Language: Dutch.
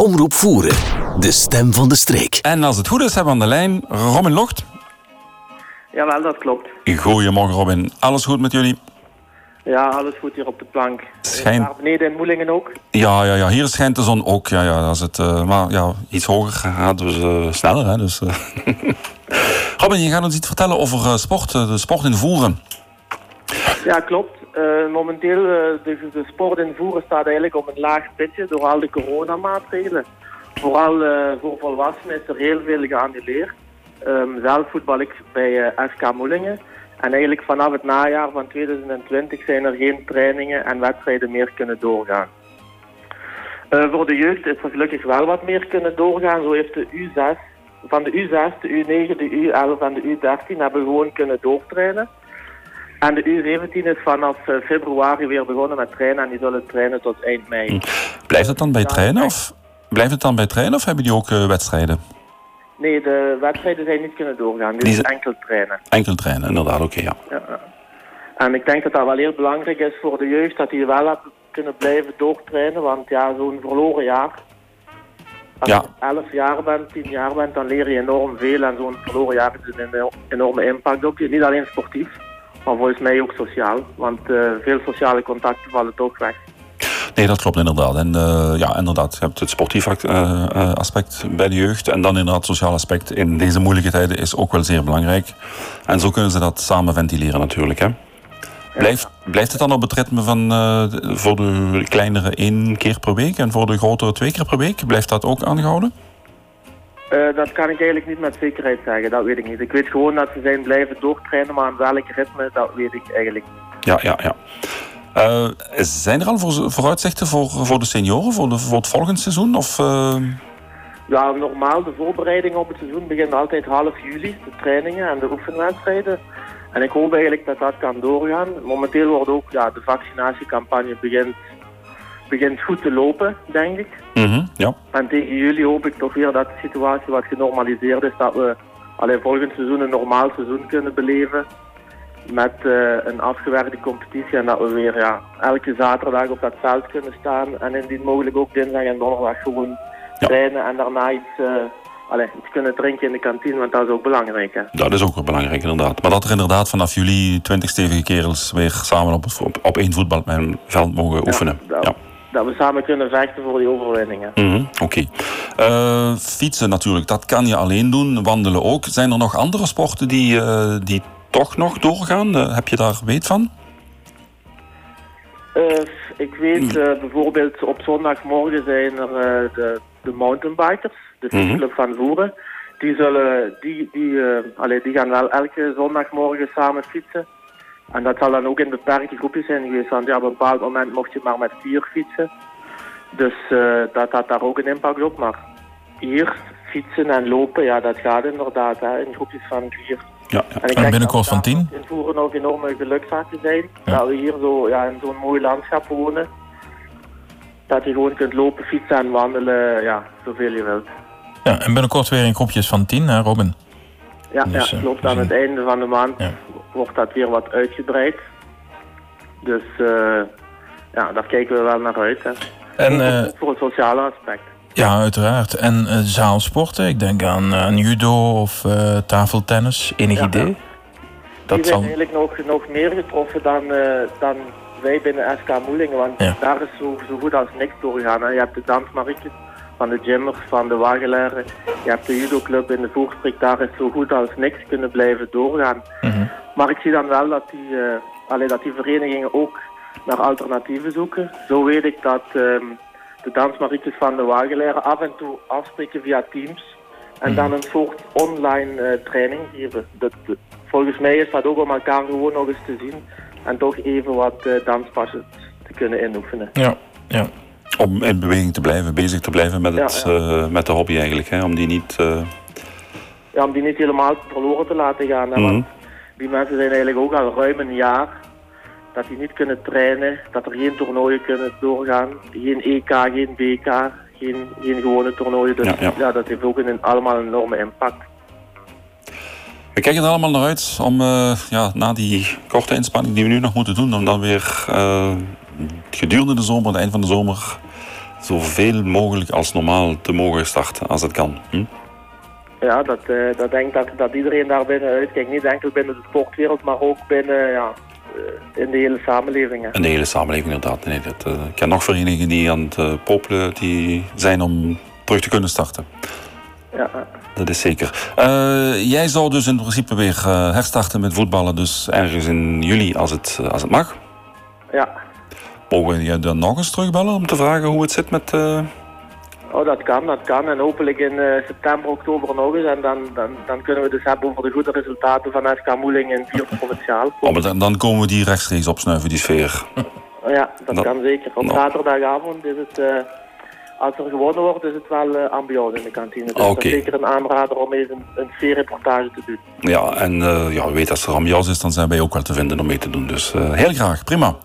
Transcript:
Omroep Voeren, de stem van de streek. En als het goed is, hebben we aan de lijn Robin Locht. Jawel, dat klopt. Goedemorgen Robin, alles goed met jullie? Ja, alles goed hier op de plank. Schijnt... Daar beneden in Moelingen ook? Ja, hier schijnt de zon ook. Ja, als het, maar ja, iets hoger gaat, dus sneller. Hè, dus, Robin, je gaat ons iets vertellen over sport, de sport in Voeren. Ja, klopt. Momenteel, de sport in Voeren staat eigenlijk op een laag pitje door al de coronamaatregelen. Vooral voor volwassenen is er heel veel geannuleerd. Zelf voetbal ik bij FK Moelingen. En eigenlijk vanaf het najaar van 2020 zijn er geen trainingen en wedstrijden meer kunnen doorgaan. Voor de jeugd is er gelukkig wel wat meer kunnen doorgaan. Zo heeft de U6, van de U6, de U9, de U11 en de U13 hebben gewoon kunnen doortrainen. En de U17 is vanaf februari weer begonnen met trainen en die zullen trainen tot eind mei. Blijft het dan bij trainen of hebben die ook wedstrijden? Nee, de wedstrijden zijn niet kunnen doorgaan. Dit is enkel trainen. Enkel trainen, inderdaad, oké, ja. En ik denk dat dat wel heel belangrijk is voor de jeugd, dat die wel kunnen blijven doortrainen. Want ja, zo'n verloren jaar. Als je 11 jaar bent, 10 jaar bent, dan leer je enorm veel. En zo'n verloren jaar is een enorme impact op je. Niet alleen sportief, maar volgens mij ook sociaal. Want veel sociale contacten vallen toch weg. Nee, dat klopt inderdaad. En inderdaad, je hebt het sportief aspect bij de jeugd. En dan inderdaad het sociaal aspect in deze moeilijke tijden is ook wel zeer belangrijk. En zo kunnen ze dat samen ventileren natuurlijk. Hè. Blijft het dan op het ritme van voor de kleinere 1 keer per week en voor de grotere 2 keer per week? Blijft dat ook aangehouden? Dat kan ik eigenlijk niet met zekerheid zeggen, dat weet ik niet. Ik weet gewoon dat ze zijn blijven doortrainen, maar aan welk ritme, dat weet ik eigenlijk niet. Ja. Zijn er al vooruitzichten voor de senioren, voor het volgende seizoen? Of, Ja, normaal, de voorbereiding op het seizoen begint altijd half juli, de trainingen en de oefenwedstrijden. En ik hoop eigenlijk dat dat kan doorgaan. Momenteel wordt ook de vaccinatiecampagne begint goed te lopen, denk ik. Ja. En tegen juli hoop ik toch weer dat de situatie wat genormaliseerd is, dat we volgend seizoen een normaal seizoen kunnen beleven. Met een afgewerkte competitie en dat we weer elke zaterdag op dat veld kunnen staan. En indien mogelijk ook dinsdag en donderdag gewoon trainen en daarna iets kunnen drinken in de kantine, want dat is ook belangrijk. Hè? Dat is ook wel belangrijk inderdaad. Maar dat er inderdaad vanaf juli 20 stevige kerels weer samen op één voetbalveld mogen oefenen. Dat we samen kunnen vechten voor die overwinningen. Oké. Fietsen natuurlijk, dat kan je alleen doen. Wandelen ook. Zijn er nog andere sporten die toch nog doorgaan? Heb je daar weet van? Ik weet bijvoorbeeld op zondagmorgen zijn er de mountainbikers, de fietsclub van Voeren. Die gaan wel elke zondagmorgen samen fietsen. En dat zal dan ook in beperkte groepjes zijn geweest. Want op een bepaald moment mocht je maar met 4 fietsen. Dus dat had daar ook een impact op. Maar hier fietsen en lopen, dat gaat inderdaad in groepjes van 4. Ja. En binnenkort van 10? In Voeren nog enorme gelukzaken zijn. Dat we hier zo in zo'n mooi landschap wonen. Dat je gewoon kunt lopen, fietsen en wandelen, zoveel je wilt. Ja, en binnenkort weer in groepjes van 10, hè Robin? Ja, dus, klopt. Aan het einde van de maand wordt dat weer wat uitgebreid. Dus daar kijken we wel naar uit. Hè. En, voor het sociale aspect. Ja, uiteraard. En zaalsporten, ik denk aan judo of tafeltennis. Enig idee? Die zijn eigenlijk nog meer getroffen dan wij binnen SK Moelingen. Want daar is zo goed als niks doorgegaan. Hè. Je hebt de dansmariekjes van de gymmers, van de wagelaren. Je hebt de judoclub in de Voorstreek. Daar is zo goed als niks kunnen blijven doorgaan. Maar ik zie dan wel dat die verenigingen ook naar alternatieven zoeken. Zo weet ik dat de dansmariekjes van de wagelaren af en toe afspreken via Teams. En dan een soort online training geven. Volgens mij is dat ook om elkaar gewoon nog eens te zien. En toch even wat danspassen te kunnen inoefenen. Ja. Om in beweging te blijven, bezig te blijven met de hobby eigenlijk. Hè? Om die niet... om die niet helemaal verloren te laten gaan. Hè? Want die mensen zijn eigenlijk ook al ruim een jaar dat die niet kunnen trainen. Dat er geen toernooien kunnen doorgaan. Geen EK, geen BK, geen gewone toernooien. Dus dat heeft ook allemaal een enorme impact. We kijken er allemaal naar uit om na die korte inspanning die we nu nog moeten doen, om dan weer gedurende de zomer, het eind van de zomer, zoveel mogelijk als normaal te mogen starten, als het kan. Ja, dat denk ik dat iedereen daar binnen uitkijkt. Niet enkel binnen de sportwereld, maar ook binnen, in de hele samenleving. Hè. In de hele samenleving, inderdaad. Nee, ik ken nog verenigingen die aan het popelen die zijn om terug te kunnen starten. Ja. Dat is zeker. Jij zou dus in principe weer herstarten met voetballen, dus ergens in juli als het mag? Ja. Mogen we je dan nog eens terugbellen om te vragen hoe het zit met... Oh, dat kan. En hopelijk in september, oktober nog eens. En dan kunnen we dus hebben over de goede resultaten van FK Moeling in 4e provinciaal. Oh, maar dan komen we die rechtstreeks opsnuiven, die sfeer. Ja, dat kan zeker. Op zaterdagavond is het... als er gewonnen wordt, is het wel ambiance in de kantine. Dus dat is zeker een aanrader om even een sfeerreportage te doen. Ja, en weet, als er ambiance is, dan zijn wij ook wel te vinden om mee te doen. Dus heel graag, prima.